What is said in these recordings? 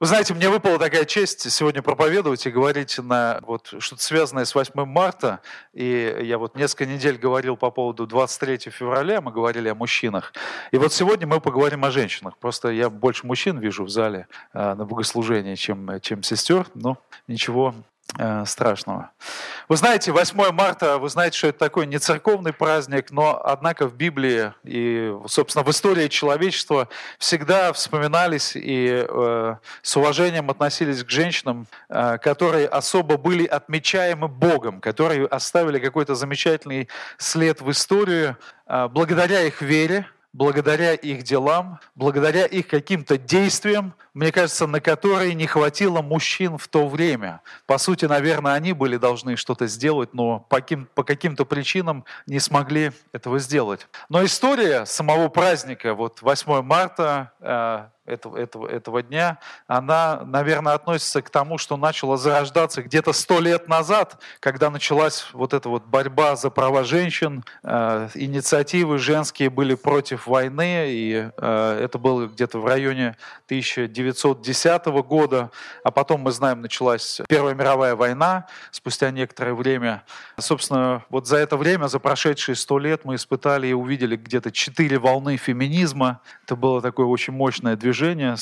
Вы знаете, мне выпала такая честь сегодня проповедовать и говорить на вот что-то связанное с 8 марта. И я вот несколько недель говорил по поводу 23 февраля, мы говорили о мужчинах. И вот сегодня мы поговорим о женщинах. Просто я больше мужчин вижу в зале на богослужении, чем сестер, но ничего страшного. Вы знаете, 8 марта, вы знаете, что это такой не церковный праздник, но, однако, в Библии и, собственно, в истории человечества всегда вспоминались и с уважением относились к женщинам, которые особо были отмечаемы Богом, которые оставили какой-то замечательный след в историю благодаря их вере, благодаря их делам, благодаря их каким-то действиям, мне кажется, на которые не хватило мужчин в то время. По сути, наверное, они были должны что-то сделать, но по каким-то причинам не этого сделать. Но история самого праздника, вот 8 марта, этого дня, она, наверное, относится к тому, что начало зарождаться где-то 100 лет назад, когда началась вот эта вот борьба за права женщин, инициативы женские были против войны, и это было где-то в районе 1910 года, а потом, мы знаем, началась Первая мировая война спустя некоторое время. Собственно, вот за это время, за прошедшие 100 лет мы испытали и увидели где-то 4 волны феминизма. Это было такое очень мощное движение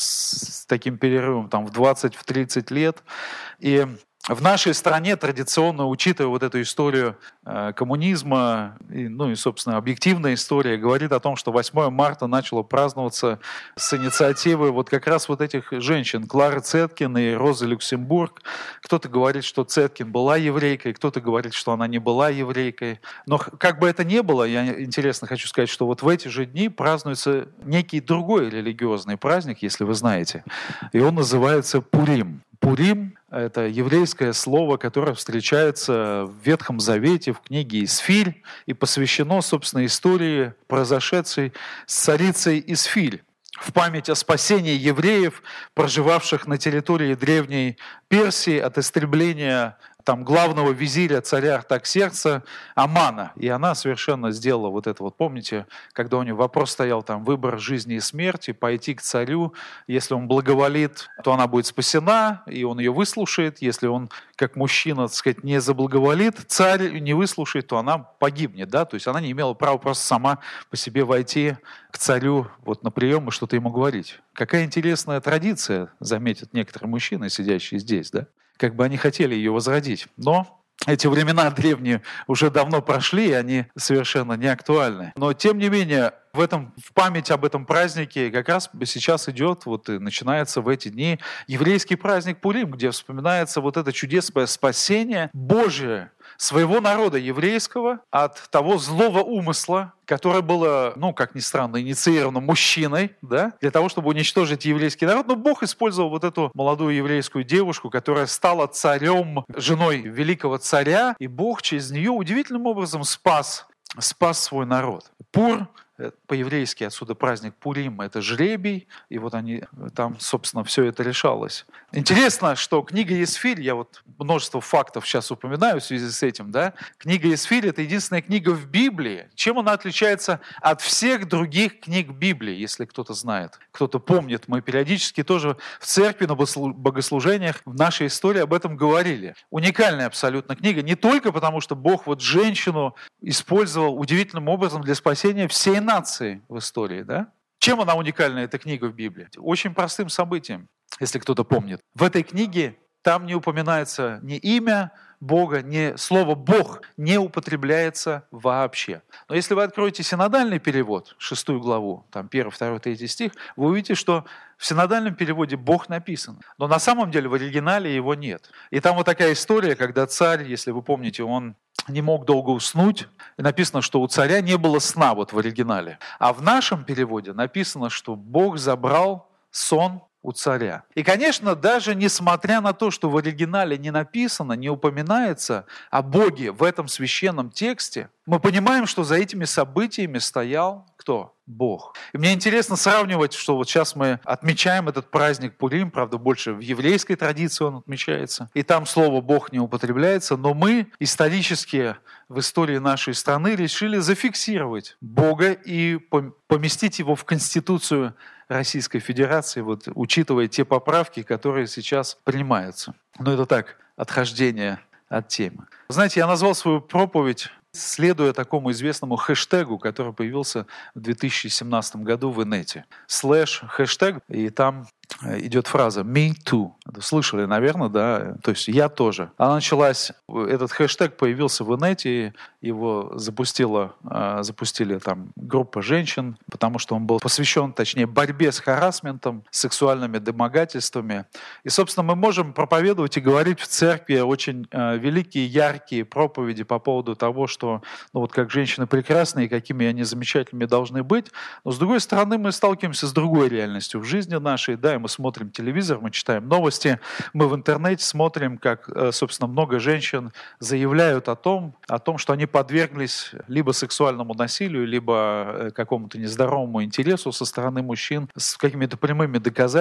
с таким перерывом там, в 20-30 лет. И в нашей стране традиционно, учитывая вот эту историю коммунизма, и, собственно, объективная история, говорит о том, что 8 марта начало праздноваться с инициативы вот как раз вот этих женщин, Клары Цеткин и Розы Люксембург. Кто-то говорит, что Цеткин была еврейкой, кто-то говорит, что она не была еврейкой. Но как бы это ни было, я интересно хочу сказать, что вот в эти же дни празднуется некий другой религиозный праздник, если вы знаете, и он называется Пурим. Пурим – это еврейское слово, которое встречается в Ветхом Завете, в книге Исфирь, и посвящено, собственно, истории, произошедшей с царицей Исфирь, в память о спасении евреев, проживавших на территории древней Персии от истребления там главного визиря царя Артаксеркса Амана. И она совершенно сделала вот это вот, помните, когда у нее вопрос стоял, там, выбор жизни и смерти, пойти к царю, если он благоволит, то она будет спасена, и он ее выслушает, если он, как мужчина, так сказать, не заблаговолит, царь не выслушает, то она погибнет, да, то есть она не имела права просто сама по себе войти к царю вот на прием и что-то ему говорить. Какая интересная традиция, заметят некоторые мужчины, сидящие здесь, да? Как бы они хотели ее возродить. Но эти времена древние уже давно прошли, и они совершенно не актуальны. Но тем не менее, в память об этом празднике как раз сейчас идет, вот и начинается в эти дни еврейский праздник Пурим, где вспоминается вот это чудесное спасение Божие своего народа еврейского от того злого умысла, которое было, как ни странно, инициировано мужчиной, да, для того, чтобы уничтожить еврейский народ. Но Бог использовал вот эту молодую еврейскую девушку, которая стала царем, женой великого царя, и Бог через нее удивительным образом спас свой народ. Пур, по-еврейски отсюда праздник Пурим, это жребий, и вот там, собственно, все это решалось. Интересно, что книга Исфирь, я вот множество фактов сейчас упоминаю в связи с этим, да, книга Исфирь — это единственная книга в Библии. Чем она отличается от всех других книг Библии, если кто-то знает, кто-то помнит? Мы периодически тоже в церкви на богослужениях в нашей истории об этом говорили. Уникальная абсолютно книга, не только потому, что Бог вот женщину использовал удивительным образом для спасения всей нации в истории, да? Чем она уникальна, эта книга в Библии? Очень простым событием, если кто-то помнит. В этой книге там не упоминается ни имя Бога, ни слово «Бог» не употребляется вообще. Но если вы откроете синодальный перевод, 6 главу, там 1, 2, 3 стих, вы увидите, что в синодальном переводе «Бог» написан. Но на самом деле в оригинале его нет. И там вот такая история, когда царь, если вы помните, он не мог долго уснуть. И написано, что у царя не было сна вот в оригинале. А в нашем переводе написано, что Бог забрал сон у царя. И, конечно, даже несмотря на то, что в оригинале не написано, не упоминается о Боге в этом священном тексте, мы понимаем, что за этими событиями стоял кто? Бог. И мне интересно сравнивать, что вот сейчас мы отмечаем этот праздник Пурим, правда, больше в еврейской традиции он отмечается, и там слово «Бог» не употребляется, но мы исторически в истории нашей страны решили зафиксировать Бога и поместить его в Конституцию Российской Федерации, вот, учитывая те поправки, которые сейчас принимаются. Но это так, отхождение от темы. Знаете, я назвал свою проповедь, следуя такому известному хэштегу, который появился в 2017 году в инете. /хэштег, и там идет фраза «me too». Это слышали, наверное, да? То есть «я тоже». Она началась, этот хэштег появился в инете, его запустили там группа женщин, потому что он был посвящен, точнее, борьбе с харассментом, сексуальными домогательствами. И, собственно, мы можем проповедовать и говорить в церкви очень великие, яркие проповеди по поводу того, что, ну вот как женщины прекрасные, какими они замечательными должны быть. Но, с другой стороны, мы сталкиваемся с другой реальностью в жизни нашей, да, и мы смотрим телевизор, мы читаем новости, мы в интернете смотрим, как, собственно, много женщин заявляют о том, что они подверглись либо сексуальному насилию, либо какому-то нездоровому интересу со стороны мужчин с какими-то прямыми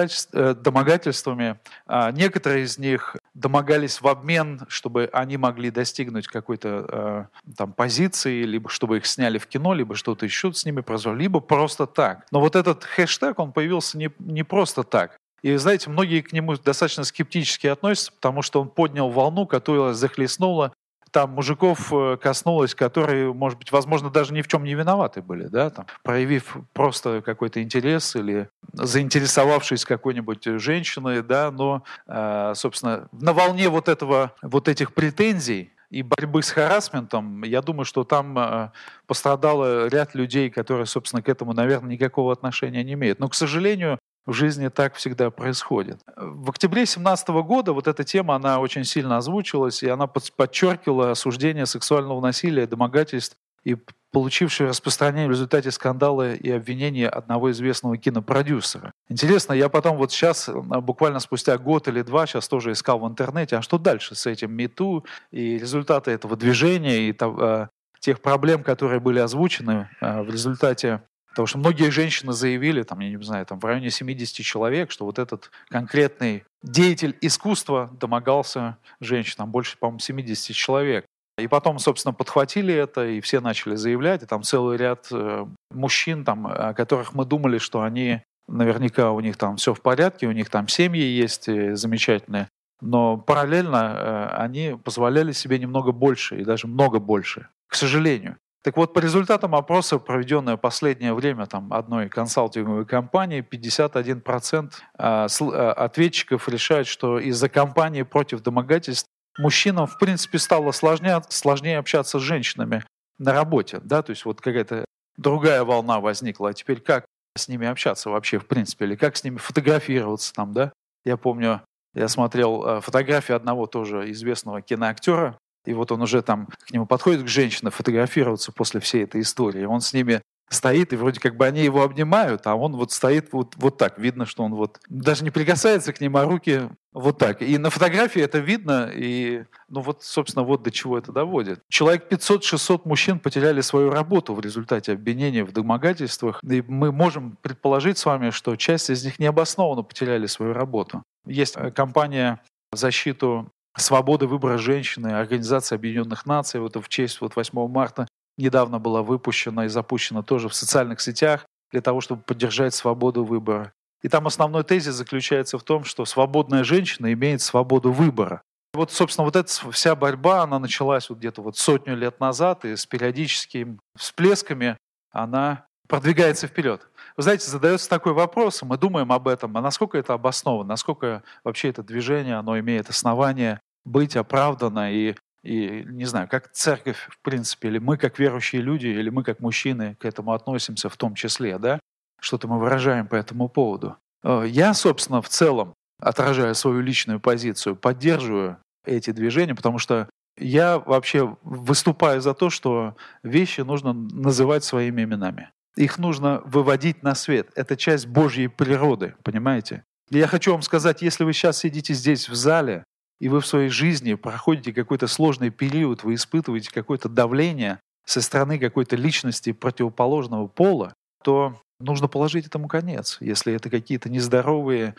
домогательствами. Некоторые из них домогались в обмен, чтобы они могли достигнуть какой-то там позиции, либо чтобы их сняли в кино, либо что-то еще с ними произошло, либо просто так. Но вот этот хэштег, он появился не просто так. И, знаете, многие к нему достаточно скептически относятся, потому что он поднял волну, которая захлестнула, там мужиков коснулась, которые, может быть, возможно, даже ни в чем не виноваты были, да, там, проявив просто какой-то интерес или заинтересовавшись какой-нибудь женщиной, да, но, собственно, на волне вот этих претензий и борьбы с харассментом, я думаю, что там пострадало ряд людей, которые, собственно, к этому, наверное, никакого отношения не имеют. Но, к сожалению, в жизни так всегда происходит. В октябре 2017 года вот эта тема, она очень сильно озвучилась, и она подчеркивала осуждение сексуального насилия, домогательств и получившее распространение в результате скандала и обвинения одного известного кинопродюсера. Интересно, я потом вот сейчас, буквально спустя год или два, сейчас тоже искал в интернете, а что дальше с этим #MeToo и результаты этого движения и тех проблем, которые были озвучены в результате. Потому что многие женщины заявили, там, я не знаю, там, в районе 70 человек, что вот этот конкретный деятель искусства домогался женщинам, больше, по-моему, 70 человек. И потом, собственно, подхватили это, и все начали заявлять, и там целый ряд мужчин, там, о которых мы думали, что они, наверняка у них там все в порядке, у них там семьи есть замечательные, но параллельно они позволяли себе немного больше, и даже много больше, к сожалению. Так вот, по результатам опроса, проведенного в последнее время там, одной консалтинговой компании, 51% ответчиков решают, что из-за кампании против домогательств мужчинам, в принципе, стало сложнее общаться с женщинами на работе. Да? То есть вот какая-то другая волна возникла. А теперь как с ними общаться вообще, в принципе, или как с ними фотографироваться там, да? Я помню, я смотрел фотографии одного тоже известного киноактера, и вот он уже там к нему подходит к женщине фотографироваться после всей этой истории. Он с ними стоит, и вроде как бы они его обнимают, а он вот стоит вот так. Видно, что он вот даже не прикасается к ним, а руки вот так. И на фотографии это видно, и ну вот, собственно, вот до чего это доводит. Человек 500-600 мужчин потеряли свою работу в результате обвинения в домогательствах, и мы можем предположить с вами, что часть из них необоснованно потеряли свою работу. Есть компания в защиту свободы выбора женщины, Организация Объединенных Наций, вот в честь 8 марта недавно была выпущена и запущена тоже в социальных сетях для того, чтобы поддержать свободу выбора. И там основной тезис заключается в том, что свободная женщина имеет свободу выбора. Вот, собственно, вот эта вся борьба, она началась вот где-то вот 100 лет назад, и с периодическими всплесками она продвигается вперед. Вы знаете, задается такой вопрос, мы думаем об этом, а насколько это обосновано, насколько вообще это движение, оно имеет основание быть оправдано, и не знаю, как церковь, в принципе, или мы как верующие люди, или мы как мужчины к этому относимся в том числе, да? Что-то мы выражаем по этому поводу. Я, собственно, в целом, отражая свою личную позицию, поддерживаю эти движения, потому что я вообще выступаю за то, что вещи нужно называть своими именами. Их нужно выводить на свет. Это часть Божьей природы, понимаете? И я хочу вам сказать, если вы сейчас сидите здесь в зале, и вы в своей жизни проходите какой-то сложный период, вы испытываете какое-то давление со стороны какой-то личности противоположного пола, то нужно положить этому конец. Если это какие-то нездоровые,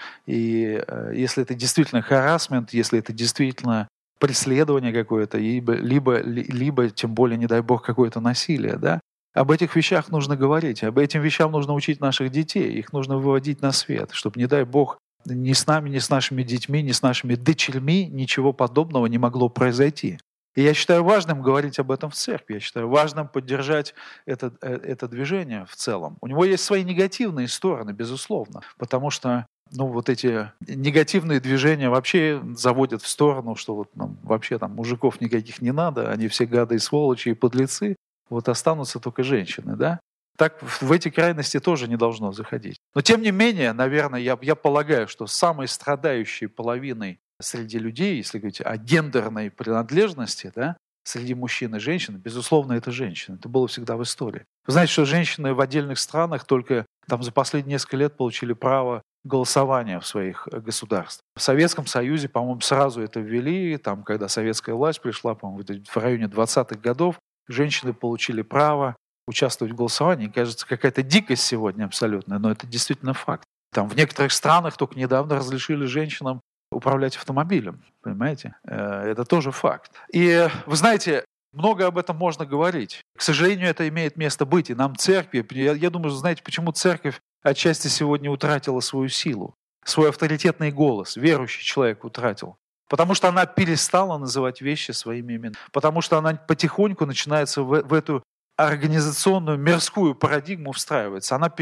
и если это действительно харассмент, если это действительно преследование какое-то, либо тем более, не дай бог, какое-то насилие, да? Об этих вещах нужно говорить, об этих вещах нужно учить наших детей, их нужно выводить на свет, чтобы, не дай Бог, ни с нами, ни с нашими детьми, ни с нашими дочерьми ничего подобного не могло произойти. И я считаю важным говорить об этом в церкви, я считаю важным поддержать это движение в целом. У него есть свои негативные стороны, безусловно, потому что вот эти негативные движения вообще заводят в сторону, что вот нам вообще там мужиков никаких не надо, они все гады и сволочи и подлецы, вот останутся только женщины, да? Так в эти крайности тоже не должно заходить. Но тем не менее, наверное, я полагаю, что самой страдающей половиной среди людей, если говорить о гендерной принадлежности, да, среди мужчин и женщин, безусловно, это женщины. Это было всегда в истории. Вы знаете, что женщины в отдельных странах только там за последние несколько лет получили право голосования в своих государствах. В Советском Союзе, по-моему, сразу это ввели, там, когда советская власть пришла, по-моему, в районе 20-х годов, женщины получили право участвовать в голосовании. Кажется, какая-то дикость сегодня абсолютная, но это действительно факт. Там в некоторых странах только недавно разрешили женщинам управлять автомобилем, понимаете? Это тоже факт. И вы знаете, много об этом можно говорить. К сожалению, это имеет место быть. И нам церкви, я думаю, знаете, почему церковь отчасти сегодня утратила свою силу, свой авторитетный голос, верующий человек утратил. Потому что она перестала называть вещи своими именами. Потому что она потихоньку начинается в эту организационную мирскую парадигму встраивается. Она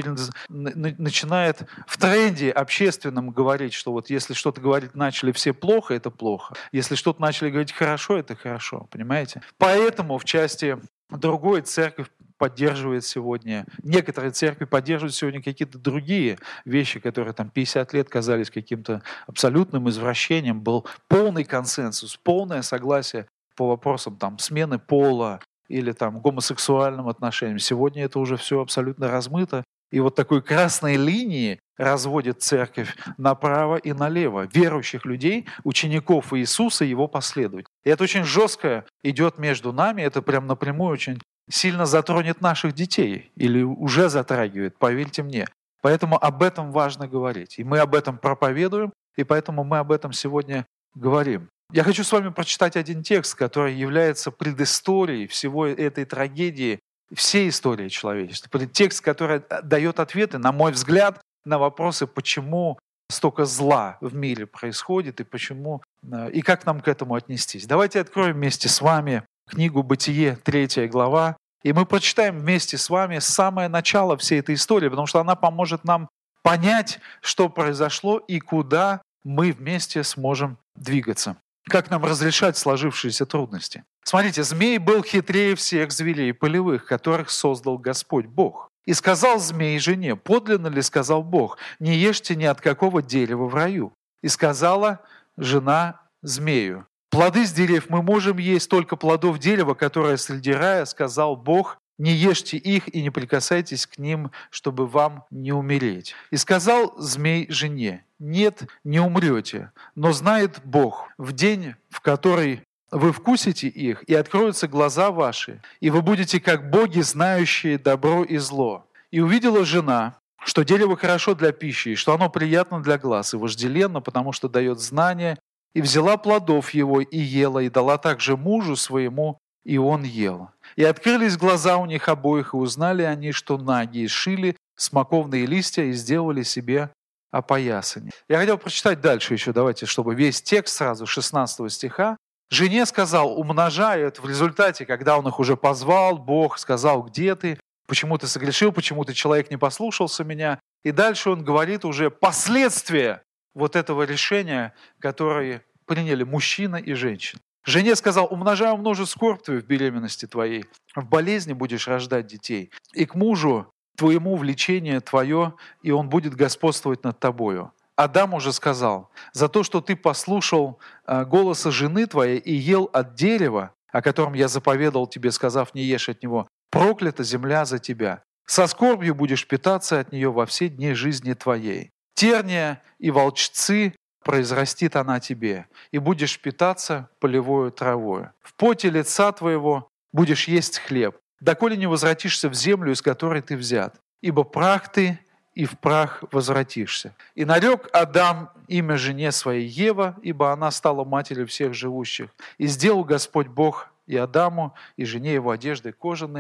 начинает в тренде общественном говорить, что вот если что-то говорить начали все плохо, это плохо. Если что-то начали говорить хорошо, это хорошо. Понимаете? Поэтому в части другой церковь поддерживает сегодня, некоторые церкви поддерживают сегодня какие-то другие вещи, которые там 50 лет казались каким-то абсолютным извращением. Был полный консенсус, полное согласие по вопросам там смены пола, или там гомосексуальным отношениям. Сегодня это уже все абсолютно размыто. И вот такой красной линии разводит церковь направо и налево верующих людей, учеников Иисуса и его последователей. И это очень жестко идет между нами, это прям напрямую очень сильно затронет наших детей или уже затрагивает, поверьте мне. Поэтому об этом важно говорить. И мы об этом проповедуем, и поэтому мы об этом сегодня говорим. Я хочу с вами прочитать один текст, который является предысторией всего этой трагедии, всей истории человечества. Текст, который дает ответы, на мой взгляд, на вопросы, почему столько зла в мире происходит и почему, и как нам к этому отнестись. Давайте откроем вместе с вами книгу «Бытие», 3 глава, и мы прочитаем вместе с вами самое начало всей этой истории, потому что она поможет нам понять, что произошло и куда мы вместе сможем двигаться. Как нам разрешать сложившиеся трудности? Смотрите, змей был хитрее всех зверей полевых, которых создал Господь Бог. И сказал змей жене: подлинно ли сказал Бог, не ешьте ни от какого дерева в раю? И сказала жена змею: плоды с деревьев мы можем есть, только плодов дерева, которое среди рая, сказал Бог, не ешьте их и не прикасайтесь к ним, чтобы вам не умереть. И сказал змей жене: нет, не умрете, но знает Бог, в день, в который вы вкусите их, и откроются глаза ваши, и вы будете как боги, знающие добро и зло. И увидела жена, что дерево хорошо для пищи, и что оно приятно для глаз, и вожделенно, потому что дает знания, и взяла плодов его и ела, и дала также мужу своему, и он ел. И открылись глаза у них обоих, и узнали они, что наги, и сшили смоковные листья и сделали себе опоясание. Я хотел прочитать дальше еще, давайте, чтобы весь текст сразу, 16 стиха. Жене сказал: умножай. Это в результате, когда он их уже позвал, Бог сказал: где ты, почему ты согрешил, почему ты, человек, не послушался меня. И дальше он говорит уже последствия вот этого решения, которые приняли мужчина и женщина. Жене сказал: умножай, умножу скорбь твою в беременности твоей, в болезни будешь рождать детей, и к мужу твоему влечение твое, и он будет господствовать над тобою. Адам уже сказал: за то, что ты послушал голоса жены твоей и ел от дерева, о котором я заповедал тебе, сказав: не ешь от него, проклята земля за тебя. Со скорбью будешь питаться от нее во все дни жизни твоей. Терния и волчцы произрастит она тебе, и будешь питаться полевою травою. В поте лица твоего будешь есть хлеб, доколе не возвратишься в землю, из которой ты взят. Ибо прах ты, и в прах возвратишься. И нарек Адам имя жене своей Ева, ибо она стала матерью всех живущих. И сделал Господь Бог и Адаму, и жене его одежды кожаные,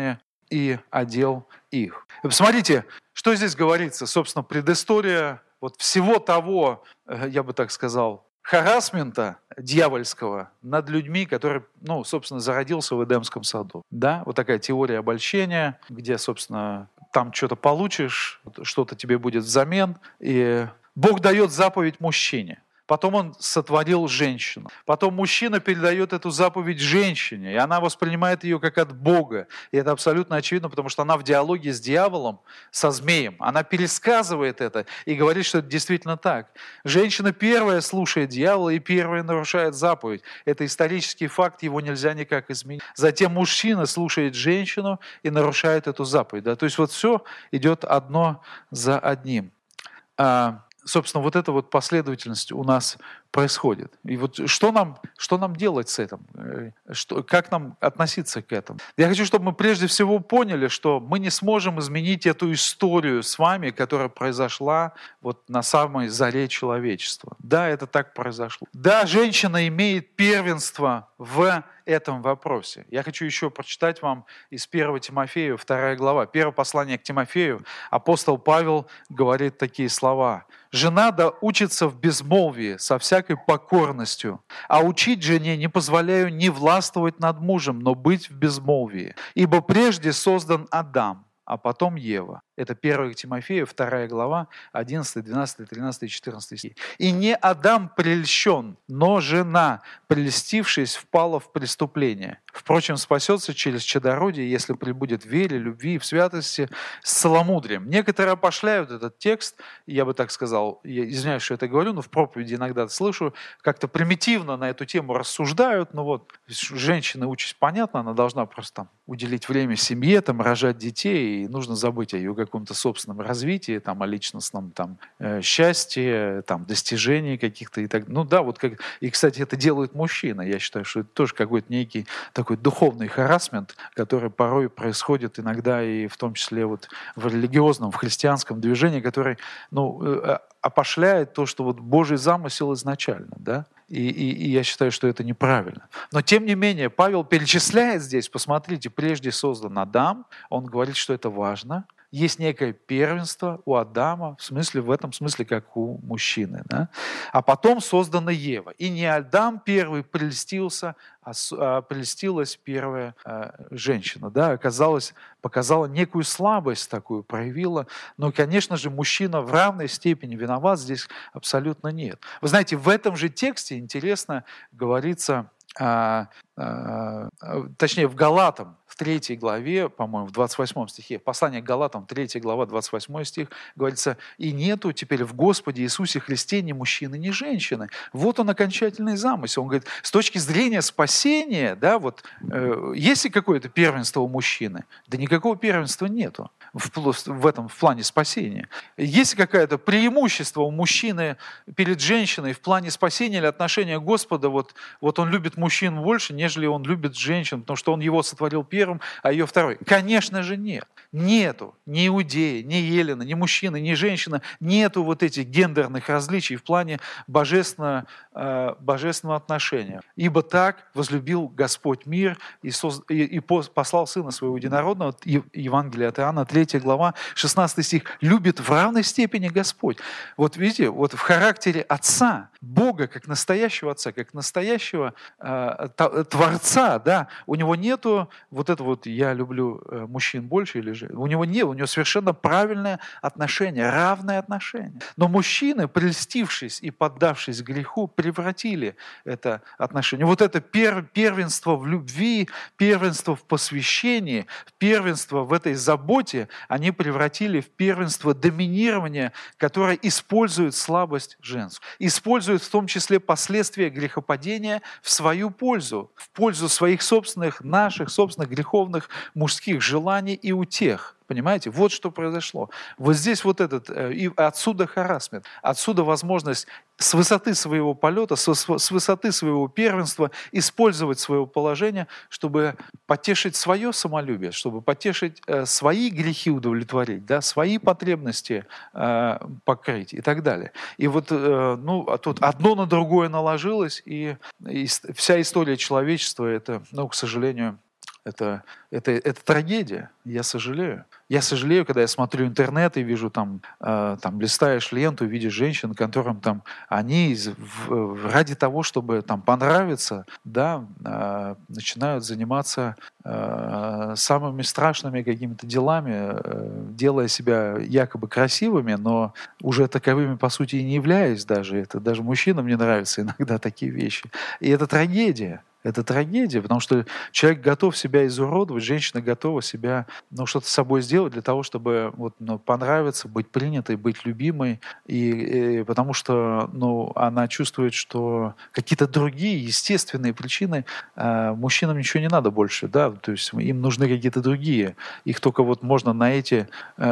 и одел их. И посмотрите, что здесь говорится. Собственно, предыстория вот всего того, я бы так сказал, харассмента дьявольского над людьми, который, собственно, зародился в Эдемском саду. Да, вот такая теория обольщения, где, собственно, там что-то получишь, что-то тебе будет взамен. И Бог дает заповедь мужчине. Потом он сотворил женщину. Потом мужчина передает эту заповедь женщине, и она воспринимает ее как от Бога. И это абсолютно очевидно, потому что она в диалоге с дьяволом, со змеем. Она пересказывает это и говорит, что это действительно так. Женщина первая слушает дьявола и первая нарушает заповедь. Это исторический факт, его нельзя никак изменить. Затем мужчина слушает женщину и нарушает эту заповедь. Да? То есть вот все идет одно за одним. Собственно, вот эта вот последовательность у нас происходит. И вот что нам делать с этим? Как нам относиться к этому? Я хочу, чтобы мы прежде всего поняли, что мы не сможем изменить эту историю с вами, которая произошла вот на самой заре человечества. Да, это так произошло. Да, женщина имеет первенство в этом вопросе. Я хочу еще прочитать вам из 1 Тимофею, 2 глава. Первое послание к Тимофею. Апостол Павел говорит такие слова. «Жена да учится в безмолвии со всякой покорностью, а учить жене не позволяю не властвовать над мужем, но быть в безмолвии. Ибо прежде создан Адам, а потом Ева». Это 1 Тимофею, 2 глава, 11, 12, 13 и 14 стих. «И не Адам прельщен, но жена, прельстившись, впала в преступление. Впрочем, спасется через чадородие, если пребудет в вере, любви и в святости с целомудрием». Некоторые опошляют этот текст, я бы так сказал, я извиняюсь, что это говорю, но в проповеди иногда слышу, как-то примитивно на эту тему рассуждают. Женщина участь понятно, она должна просто там уделить время семье, там, рожать детей, и нужно забыть о ее каком-то собственном развитии, там, о личностном счастье, там, достижении каких-то и так. И, кстати, это делают мужчины. Я считаю, что это тоже какой-то некий такой духовный харассмент, который порой происходит иногда и в том числе вот в религиозном, в христианском движении, который опошляет то, что вот Божий замысел изначально, да? И я считаю, что это неправильно. Но тем не менее, Павел перечисляет здесь, посмотрите, прежде создан Адам, он говорит, что это важно. Есть некое первенство у Адама, в этом смысле, как у мужчины. Да? А потом создана Ева. И не Адам первый прельстился, а прельстилась первая женщина. Да? Показала некую слабость такую, проявила. Но, конечно же, мужчина в равной степени виноват, здесь абсолютно нет. Вы знаете, в этом же тексте, интересно, говорится, точнее, в Галатам, в 3 главе, по-моему, в 28 стихе, послание к Галатам, 3 глава, 28 стих, говорится, «И нету теперь в Господе Иисусе Христе ни мужчины, ни женщины». Вот он окончательный замысел. Он говорит, с точки зрения спасения, да, есть ли какое-то первенство у мужчины? Да никакого первенства нету в плане спасения. Есть ли какое-то преимущество у мужчины перед женщиной в плане спасения или отношения Господа? Вот он любит мужчин больше, нежели он любит женщин, потому что он его сотворил первым, а ее второй. Конечно же нет. Нету ни иудея, ни еллина, ни мужчины, ни женщины, нету вот этих гендерных различий в плане божественного отношения. «Ибо так возлюбил Господь мир и послал Сына Своего Единородного», Евангелие от Иоанна, 3 глава, 16 стих, «любит в равной степени Господь». Вот видите, вот в характере Отца, Бога, как настоящего Отца, как настоящего Творца, да, у него нету вот это вот «я люблю мужчин больше» или же у него совершенно правильное отношение, равное отношение. Но мужчины, прельстившись и поддавшись греху, превратили это отношение. Вот это первенство в любви, первенство в посвящении, первенство в этой заботе, они превратили в первенство доминирования, которое использует слабость женскую, использует в том числе последствия грехопадения в свою пользу, в пользу своих наших собственных греховных мужских желаний и утех. Понимаете? Вот что произошло. Вот здесь и отсюда харассмент, отсюда возможность с высоты своего полета, с высоты своего первенства использовать свое положение, чтобы потешить свое самолюбие, чтобы потешить свои грехи удовлетворить, да, свои потребности покрыть и так далее. И тут одно на другое наложилось, и вся история человечества, это, к сожалению, Это трагедия, я сожалею. Я сожалею, когда я смотрю интернет и вижу там листаешь ленту, видишь женщин, которым там они ради того, чтобы там понравиться, да, начинают заниматься самыми страшными какими-то делами, делая себя якобы красивыми, но уже таковыми по сути и не являясь даже. Это даже мужчинам не нравятся иногда такие вещи. И это трагедия. Это трагедия, потому что человек готов себя изуродовать, женщина готова себя, что-то с собой сделать для того, чтобы понравиться, быть принятой, быть любимой, и потому что она чувствует, что какие-то другие естественные причины мужчинам ничего не надо больше, да, то есть им нужны какие-то другие, их только можно на эти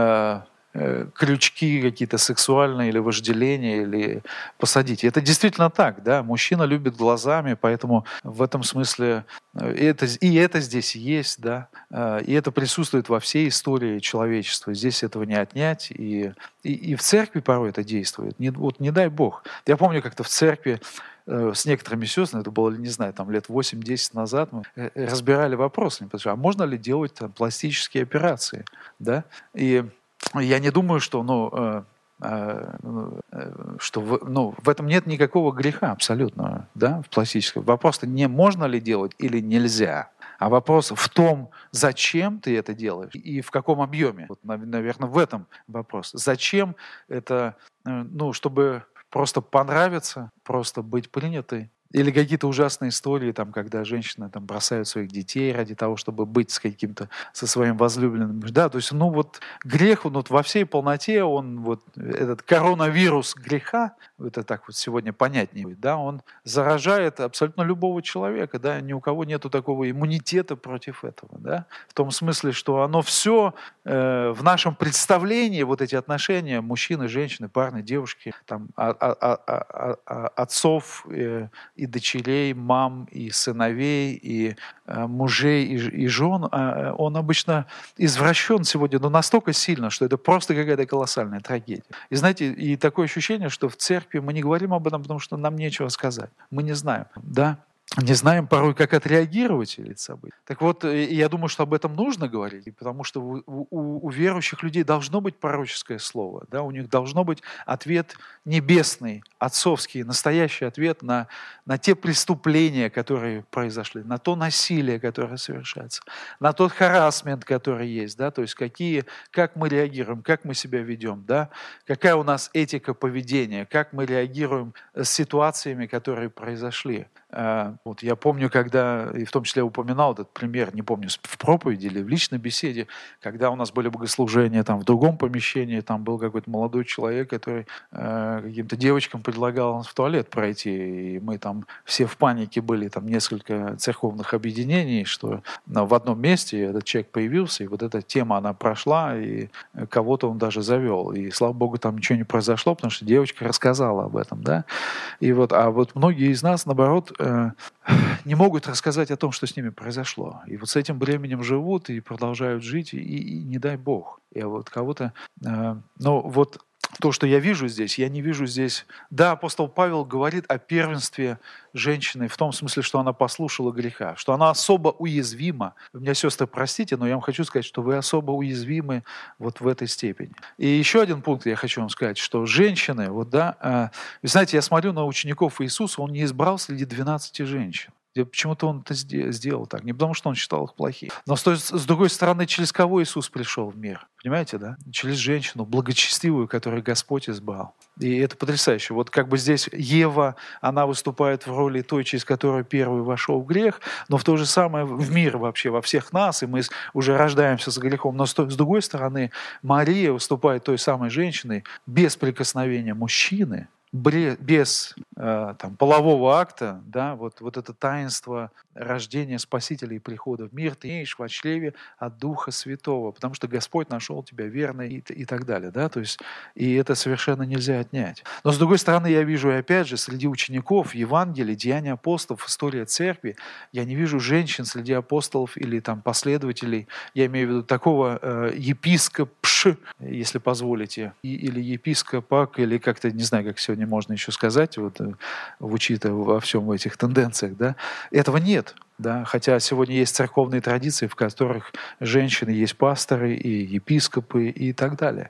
крючки какие-то сексуальные или вожделения, или посадить. И это действительно так, да, мужчина любит глазами, поэтому в этом смысле это здесь есть, да, и это присутствует во всей истории человечества, здесь этого не отнять, и в церкви порой это действует, не дай Бог. Я помню, как-то в церкви с некоторыми сестрами, это было, не знаю, лет 8-10 назад, мы разбирали вопрос, а можно ли делать пластические операции, да, и я не думаю, что, в этом нет никакого греха абсолютно, да, в пластическом. Вопрос-то не можно ли делать или нельзя, а вопрос в том, зачем ты это делаешь и в каком объеме. Наверное, в этом вопрос. Зачем это, чтобы просто понравиться, просто быть принятой. Или какие-то ужасные истории, когда женщины бросают своих детей ради того, чтобы быть со своим возлюбленным. Да, то есть, грех, во всей полноте, этот коронавирус греха, это так сегодня понятнее, да, он заражает абсолютно любого человека, да, ни у кого нету такого иммунитета против этого, да, в том смысле, что оно все в нашем представлении, эти отношения мужчины, женщины, парни, девушки, отцов и дочерей, мам, и сыновей, и мужей, и жен, он обычно извращен сегодня, настолько сильно, что это просто какая-то колоссальная трагедия. И знаете, и такое ощущение, что в церкви мы не говорим об этом, потому что нам нечего сказать. Мы не знаем, да? Не знаем порой, как отреагировать перед собой. Так вот, я думаю, что об этом нужно говорить, потому что у верующих людей должно быть пророческое слово, да, у них должно быть ответ небесный, отцовский, настоящий ответ на те преступления, которые произошли, на то насилие, которое совершается, на тот харассмент, который есть, да, то есть как мы реагируем, как мы себя ведем, да, какая у нас этика поведения, как мы реагируем с ситуациями, которые произошли. Я помню, когда, и в том числе упоминал этот пример, не помню, в проповеди или в личной беседе, когда у нас были богослужения в другом помещении, там был какой-то молодой человек, который каким-то девочкам предлагал в туалет пройти, и мы все в панике были, несколько церковных объединений, что в одном месте этот человек появился, и эта тема, она прошла, и кого-то он даже завел, и слава Богу, там ничего не произошло, потому что девочка рассказала об этом, да, и многие из нас, наоборот, не могут рассказать о том, что с ними произошло. И с этим бременем живут и продолжают жить, и не дай Бог. И кого-то... то, что я вижу здесь, я не вижу здесь... Да, апостол Павел говорит о первенстве женщины в том смысле, что она послушала греха, что она особо уязвима. Вы меня, сестры, простите, но я вам хочу сказать, что вы особо уязвимы в этой степени. И еще один пункт я хочу вам сказать, что женщины, вы знаете, я смотрю на учеников Иисуса, он не избрал среди 12 женщин. Почему-то он это сделал так. Не потому, что он считал их плохими. Но с другой стороны, через кого Иисус пришел в мир? Понимаете, да? Через женщину, благочестивую, которую Господь избрал. И это потрясающе. Здесь Ева, она выступает в роли той, через которую первый вошел в грех, но в то же самое в мир вообще, во всех нас, и мы уже рождаемся с грехом. Но с другой стороны, Мария выступает той самой женщиной без прикосновения мужчины, без полового акта, да, это таинство рождения Спасителя и прихода в мир, ты имеешь во чреве от Духа Святого, потому что Господь нашел тебя верной и так далее, да, то есть, и это совершенно нельзя отнять. Но с другой стороны, я вижу, и опять же, среди учеников Евангелия, Деяния апостолов, история церкви, я не вижу женщин среди апостолов или последователей, я имею в виду такого епископш, если позволите, или епископак, или как-то, не знаю, как сегодня можно еще сказать, учитывая во всем этих тенденциях, да, этого нет. Да, хотя сегодня есть церковные традиции, в которых женщины есть пасторы и епископы и так далее.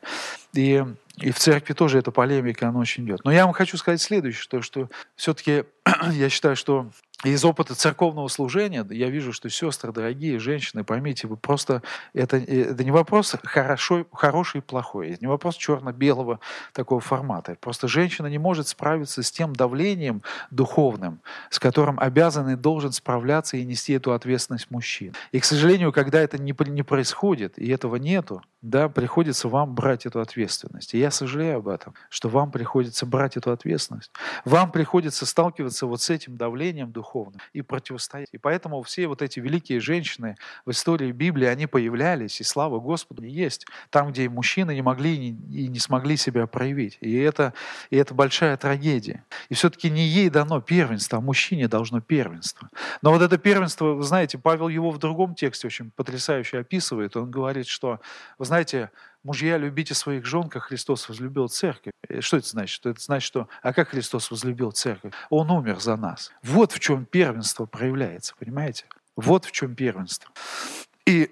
И в церкви тоже эта полемика, она очень идет. Но я вам хочу сказать следующее, что все-таки я считаю, что из опыта церковного служения я вижу, что сестры, дорогие женщины, поймите, вы просто это не вопрос хороший и плохой, это не вопрос черно-белого такого формата. Просто женщина не может справиться с тем давлением духовным, с которым обязан и должен справляться и нести эту ответственность мужчина. И, к сожалению, когда это не происходит, и этого нету, да, приходится вам брать эту ответственность. И я сожалею об этом, что вам приходится брать эту ответственность. Вам приходится сталкиваться вот с этим давлением духовным и противостоять. И поэтому все вот эти великие женщины в истории Библии, они появлялись, и слава Господу, есть. Там, где и мужчины не могли и не смогли себя проявить. И это большая трагедия. И все-таки не ей дано первенство, а мужчине должно первенство. Но вот это первенство, вы знаете, Павел его в другом тексте очень потрясающе описывает. Он говорит, что, вы знаете, мужья, любите своих жен, как Христос возлюбил церковь. Что это значит? Это значит, что, а как Христос возлюбил церковь? Он умер за нас. Вот в чем первенство проявляется, понимаете? Вот в чем первенство. И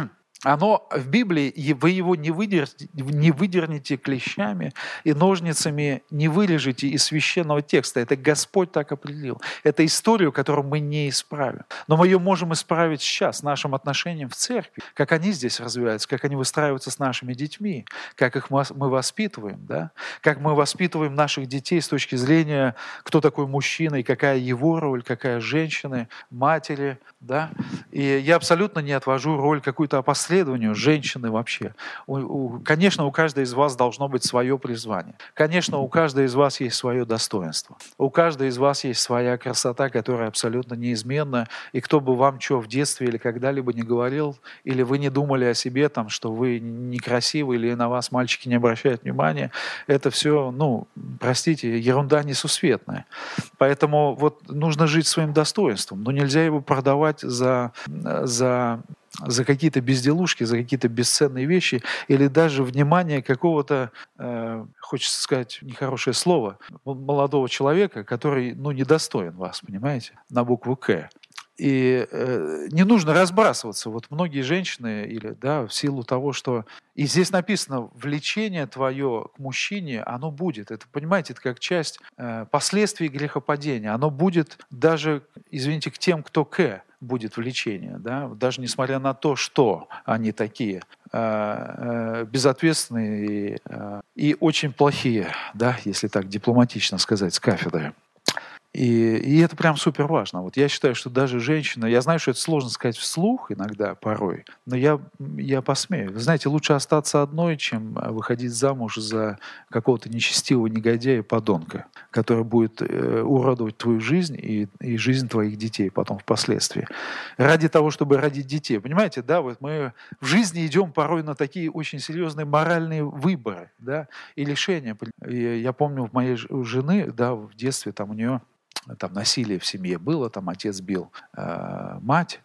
оно в Библии, вы его не выдернете клещами и ножницами не вырежете из священного текста. Это Господь так определил. Это историю, которую мы не исправим. Но мы ее можем исправить сейчас, нашим отношением в церкви, как они здесь развиваются, как они выстраиваются с нашими детьми, как их мы воспитываем, да? Как мы воспитываем наших детей с точки зрения, кто такой мужчина и какая его роль, какая женщина, матери. Да? И я абсолютно не отвожу роль какую-то опосредованию женщины вообще. Конечно, у каждой из вас должно быть свое призвание. Конечно, у каждой из вас есть свое достоинство. У каждой из вас есть своя красота, которая абсолютно неизменна. И кто бы вам что в детстве или когда-либо не говорил, или вы не думали о себе, там, что вы некрасивы, или на вас мальчики не обращают внимания, это все, простите, ерунда несусветная. Поэтому вот нужно жить своим достоинством, но нельзя его продавать за какие-то безделушки, за какие-то бесценные вещи, или даже внимание какого-то, хочется сказать нехорошее слово, молодого человека, который, недостоин вас, понимаете, на букву «К». И не нужно разбрасываться. Вот многие женщины, в силу того, что... И здесь написано, влечение твое к мужчине, оно будет. Это, понимаете, это как часть последствий грехопадения. Оно будет даже, извините, к тем, кто «К», будет влечение. Да? Даже несмотря на то, что они такие безответственные и очень плохие, да, если так дипломатично сказать, с кафедры. И это прям супер важно. Вот я считаю, что даже женщина, я знаю, что это сложно сказать вслух иногда, порой, но я посмею. Вы знаете, лучше остаться одной, чем выходить замуж за какого-то нечестивого негодяя и подонка, который будет уродовать твою жизнь и жизнь твоих детей потом впоследствии. Ради того, чтобы родить детей. Понимаете, да, вот мы в жизни идем порой на такие очень серьезные моральные выборы, да, и лишения. И я помню, у моей жены, да, в детстве там у нее там насилие в семье было, там отец бил мать,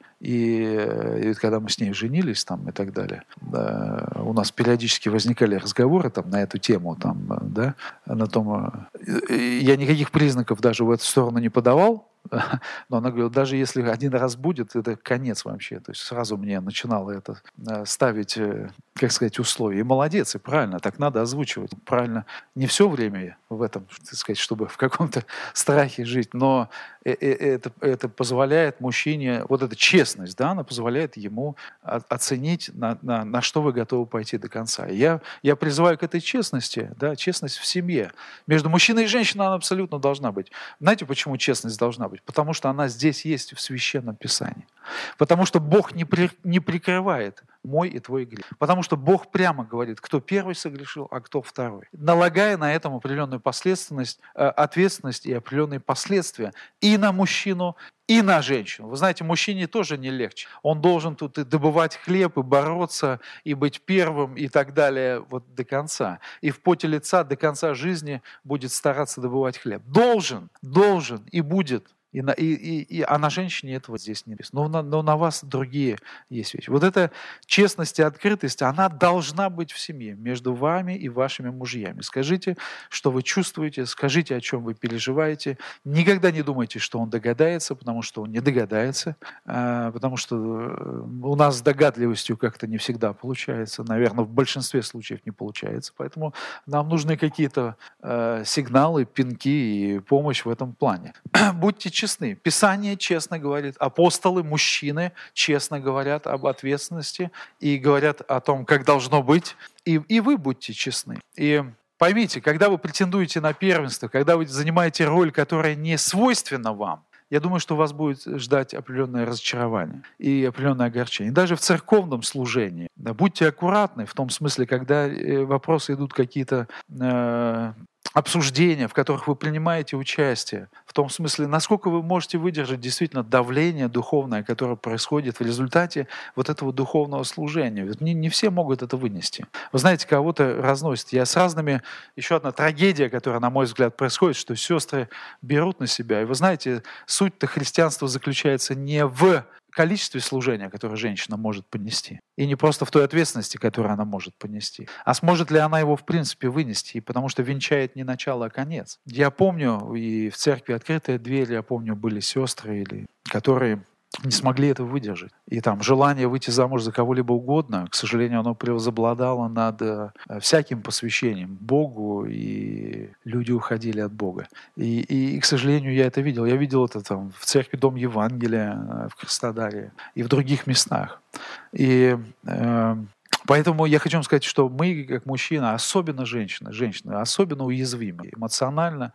и когда мы с ней женились там, и так далее, у нас периодически возникали разговоры там, на эту тему, там, да, на том, я никаких признаков даже в эту сторону не подавал, но она говорила, даже если один раз будет, это конец вообще. То есть сразу мне начинало это ставить, как сказать, условия. И молодец, и правильно, так надо озвучивать. Правильно, не все время в этом, так сказать, чтобы в каком-то страхе жить, но это позволяет мужчине, вот эта честность, да, она позволяет ему оценить, на что вы готовы пойти до конца. И я призываю к этой честности, да, честность в семье. Между мужчиной и женщиной она абсолютно должна быть. Знаете, почему честность должна быть? Потому что она здесь есть в Священном Писании. Потому что Бог не прикрывает мой и твой грех. Потому что Бог прямо говорит, кто первый согрешил, а кто второй. Налагая на этом определенную ответственность и определенные последствия и на мужчину, и на женщину. Вы знаете, мужчине тоже не легче. Он должен тут и добывать хлеб, и бороться, и быть первым, и так далее вот до конца. И в поте лица до конца жизни будет стараться добывать хлеб. Должен и будет. А на женщине этого здесь не написано. Но на вас другие есть вещи. Вот эта честность и открытость, она должна быть в семье, между вами и вашими мужьями. Скажите, что вы чувствуете, скажите, о чем вы переживаете. Никогда не думайте, что он догадается, потому что он не догадается, потому что у нас с догадливостью как-то не всегда получается, наверное, в большинстве случаев не получается, поэтому нам нужны какие-то сигналы, пинки и помощь в этом плане. Будьте честны. Писание честно говорит, апостолы, мужчины честно говорят об ответственности и говорят о том, как должно быть, и вы будьте честны. И поймите, когда вы претендуете на первенство, когда вы занимаете роль, которая не свойственна вам, я думаю, что вас будет ждать определенное разочарование и определенное огорчение. Даже в церковном служении. Будьте аккуратны в том смысле, когда вопросы идут какие-то обсуждения, в которых вы принимаете участие, в том смысле, насколько вы можете выдержать действительно давление духовное, которое происходит в результате вот этого духовного служения. Не все могут это вынести. Вы знаете, кого-то разносит. Я с разными... Еще одна трагедия, которая, на мой взгляд, происходит, что сестры берут на себя. И вы знаете, суть-то христианства заключается не в количестве служения, которое женщина может понести, и не просто в той ответственности, которую она может понести, а сможет ли она его в принципе вынести, потому что венчает не начало, а конец. Я помню, и в церкви «Открытая дверь», я помню, были сестры, которые не смогли это выдержать. И там желание выйти замуж за кого-либо угодно, к сожалению, оно превозобладало над всяким посвящением Богу, и люди уходили от Бога. И, к сожалению, я это видел. Я видел это там в церкви Дом Евангелия в Краснодаре и в других местах. И поэтому я хочу вам сказать, что мы, как мужчины, особенно женщины особенно уязвимы эмоционально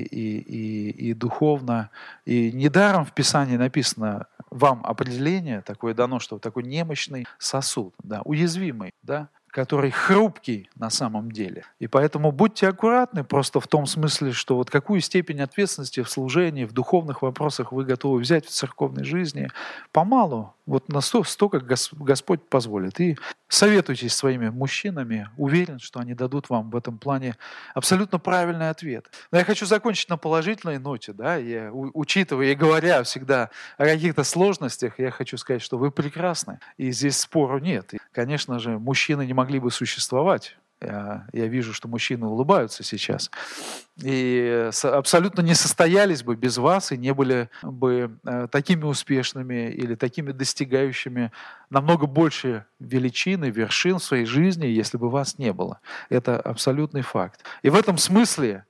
и духовно. И недаром в Писании написано, вам определение такое дано, что такой немощный сосуд, да, уязвимый, да, который хрупкий на самом деле. И поэтому будьте аккуратны просто в том смысле, что вот какую степень ответственности в служении, в духовных вопросах вы готовы взять в церковной жизни, помалу, вот настолько Господь позволит. И советуйтесь с своими мужчинами, уверен, что они дадут вам в этом плане абсолютно правильный ответ. Но я хочу закончить на положительной ноте, да, учитывая и говоря всегда о каких-то сложностях, я хочу сказать, что вы прекрасны, и здесь спору нет. И, конечно же, мужчины не могли бы существовать. Я вижу, что мужчины улыбаются сейчас. И абсолютно не состоялись бы без вас и не были бы такими успешными или такими достигающими намного больше величин и вершин в своей жизни, если бы вас не было. Это абсолютный факт. И в этом смысле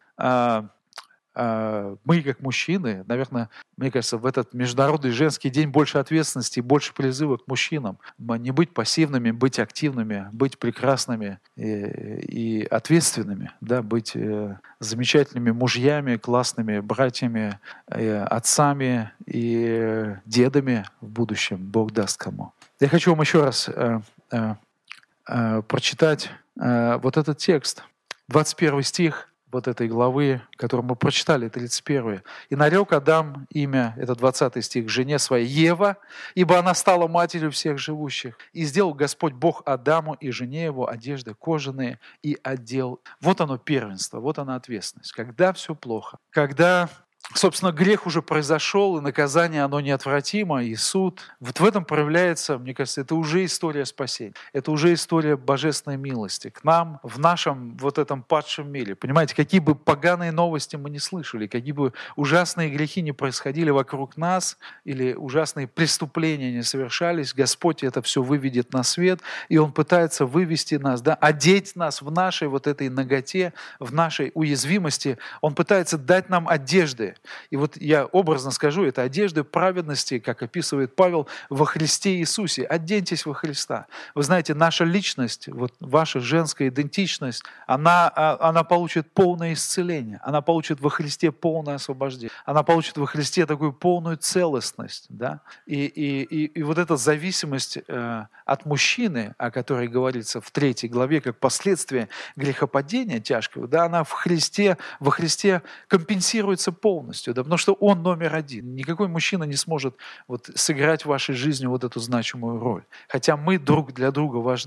мы, как мужчины, наверное, мне кажется, в этот Международный женский день больше ответственности и больше призыва к мужчинам. Не быть пассивными, быть активными, быть прекрасными и ответственными, да, быть замечательными мужьями, классными братьями, отцами и дедами в будущем. Бог даст кому. Я хочу вам еще раз прочитать вот этот текст. 21 стих вот этой главы, которую мы прочитали, 31. «И нарек Адам имя», это 20 стих, «жене своей Ева, ибо она стала матерью всех живущих. И сделал Господь Бог Адаму и жене его одежды кожаные и одел». Вот оно первенство, вот она ответственность. Когда все плохо, когда, собственно, грех уже произошел, и наказание, оно неотвратимо, и суд. Вот в этом проявляется, мне кажется, это уже история спасения. Это уже история божественной милости к нам в нашем вот этом падшем мире. Понимаете, какие бы поганые новости мы не слышали, какие бы ужасные грехи не происходили вокруг нас, или ужасные преступления не совершались, Господь это все выведет на свет, и Он пытается вывести нас, да, одеть нас в нашей вот этой наготе, в нашей уязвимости. Он пытается дать нам одежды. И вот я образно скажу, это одежды праведности, как описывает Павел, во Христе Иисусе. Оденьтесь во Христа. Вы знаете, наша личность, вот ваша женская идентичность, она получит полное исцеление. Она получит во Христе полное освобождение. Она получит во Христе такую полную целостность. Да? И вот эта зависимость от мужчины, о которой говорится в 3 главе, как последствие грехопадения тяжкого, да, она во Христе компенсируется полностью, да, потому что Он номер один. Никакой мужчина не сможет вот сыграть в вашей жизни вот эту значимую роль. Хотя мы друг для друга важны.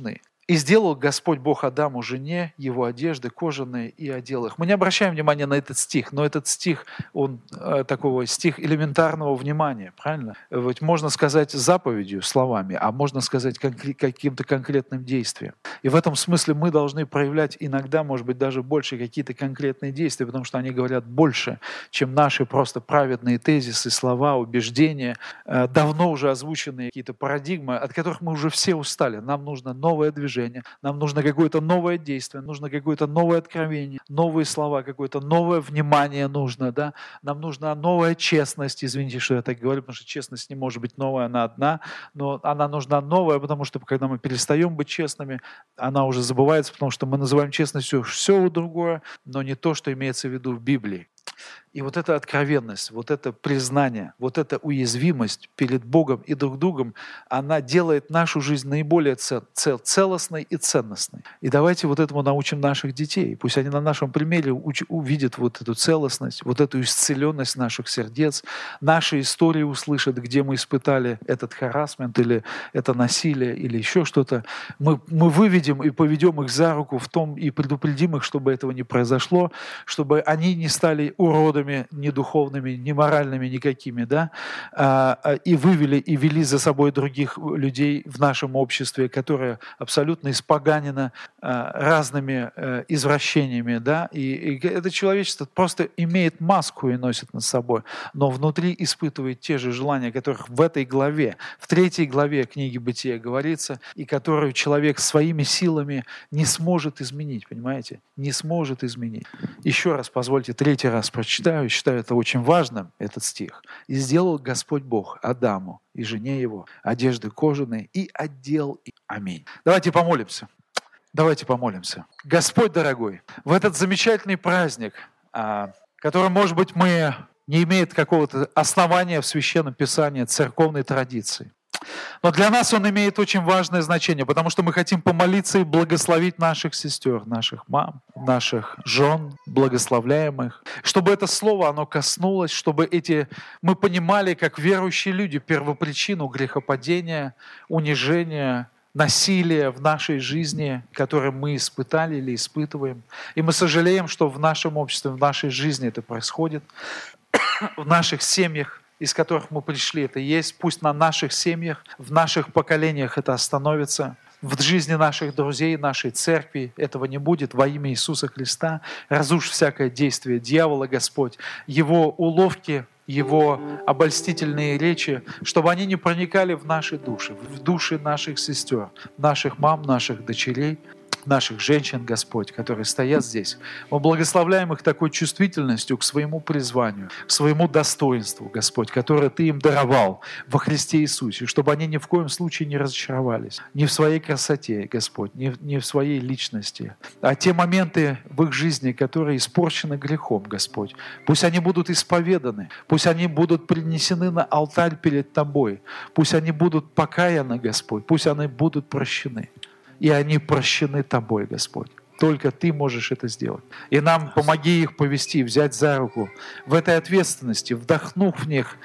«И сделал Господь Бог Адаму жене его одежды кожаные и одел их». Мы не обращаем внимания на этот стих, но этот стих, он такого стих элементарного внимания, правильно? Ведь можно сказать заповедью, словами, а можно сказать каким-то конкретным действием. И в этом смысле мы должны проявлять иногда, может быть, даже больше какие-то конкретные действия, потому что они говорят больше, чем наши просто праведные тезисы, слова, убеждения, давно уже озвученные какие-то парадигмы, от которых мы уже все устали. Нам нужно новое движение, нам нужно какое-то новое действие, нужно какое-то новое откровение, новые слова, какое-то новое внимание нужно, да? Нам нужна новая честность, извините, что я так говорю, потому что честность не может быть новая, она одна, но она нужна новая, потому что когда мы перестаем быть честными, она уже забывается, потому что мы называем честностью все другое, но не то, что имеется в виду в Библии. И вот эта откровенность, вот это признание, вот эта уязвимость перед Богом и друг другом, она делает нашу жизнь наиболее целостной и ценностной. И давайте вот этому научим наших детей. Пусть они на нашем примере увидят вот эту целостность, вот эту исцеленность наших сердец, наши истории услышат, где мы испытали этот харассмент или это насилие или еще что-то. Мы выведем и поведем их за руку в том и предупредим их, чтобы этого не произошло, чтобы они не стали уродами ни духовными, ни моральными, никакими, да, и вывели, и вели за собой других людей в нашем обществе, которое абсолютно испоганено разными извращениями, да, и это человечество просто имеет маску и носит над собой, но внутри испытывает те же желания, которых в этой главе, в 3 главе книги Бытия говорится, и которую человек своими силами не сможет изменить, понимаете? Не сможет изменить. Еще раз позвольте 3 раз прочитаю, считаю это очень важным, этот стих. «И сделал Господь Бог Адаму и жене его одежды кожаные и одел их». Аминь. Давайте помолимся. Давайте помолимся. Господь дорогой, в этот замечательный праздник, который, может быть, не имеет какого-то основания в Священном Писании, церковной традиции, но для нас он имеет очень важное значение, потому что мы хотим помолиться и благословить наших сестер, наших мам, наших жен, благословляемых, чтобы это слово, оно коснулось, чтобы мы понимали, как верующие люди, первопричину грехопадения, унижения, насилия в нашей жизни, которое мы испытали или испытываем. И мы сожалеем, что в нашем обществе, в нашей жизни это происходит, в наших семьях, из которых мы пришли, это есть. Пусть на наших семьях, в наших поколениях это остановится. В жизни наших друзей, нашей церкви этого не будет. Во имя Иисуса Христа разрушь всякое действие дьявола, Господь, его уловки, его обольстительные речи, чтобы они не проникали в наши души, в души наших сестер, наших мам, наших дочерей, наших женщин, Господь, которые стоят здесь. Мы благословляем их такой чувствительностью к своему призванию, к своему достоинству, Господь, которое Ты им даровал во Христе Иисусе, чтобы они ни в коем случае не разочаровались, ни в своей красоте, Господь, ни в своей личности. А те моменты в их жизни, которые испорчены грехом, Господь, пусть они будут исповеданы, пусть они будут принесены на алтарь перед Тобой, пусть они будут покаяны, Господь, пусть они будут прощены. И они прощены Тобой, Господь. Только Ты можешь это сделать. И нам помоги их повести, взять за руку в этой ответственности, вдохнув в них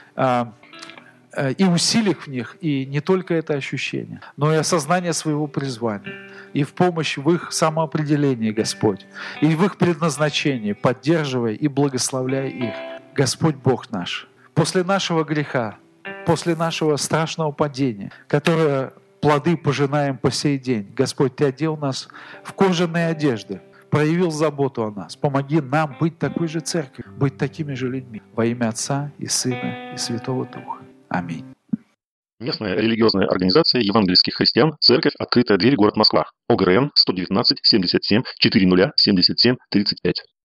и усилив в них, и не только это ощущение, но и осознание своего призвания, и в помощь в их самоопределении, Господь, и в их предназначении, поддерживая и благословляя их. Господь Бог наш, после нашего греха, после нашего страшного падения, которое плоды пожинаем по сей день. Господь, Ты одел нас в кожаные одежды, проявил заботу о нас. Помоги нам быть такой же церковью, быть такими же людьми. Во имя Отца и Сына и Святого Духа. Аминь. Местная религиозная организация евангельских христиан «Церковь. Открытая дверь. Город Москва». ОГРН 119 77 40 77 35.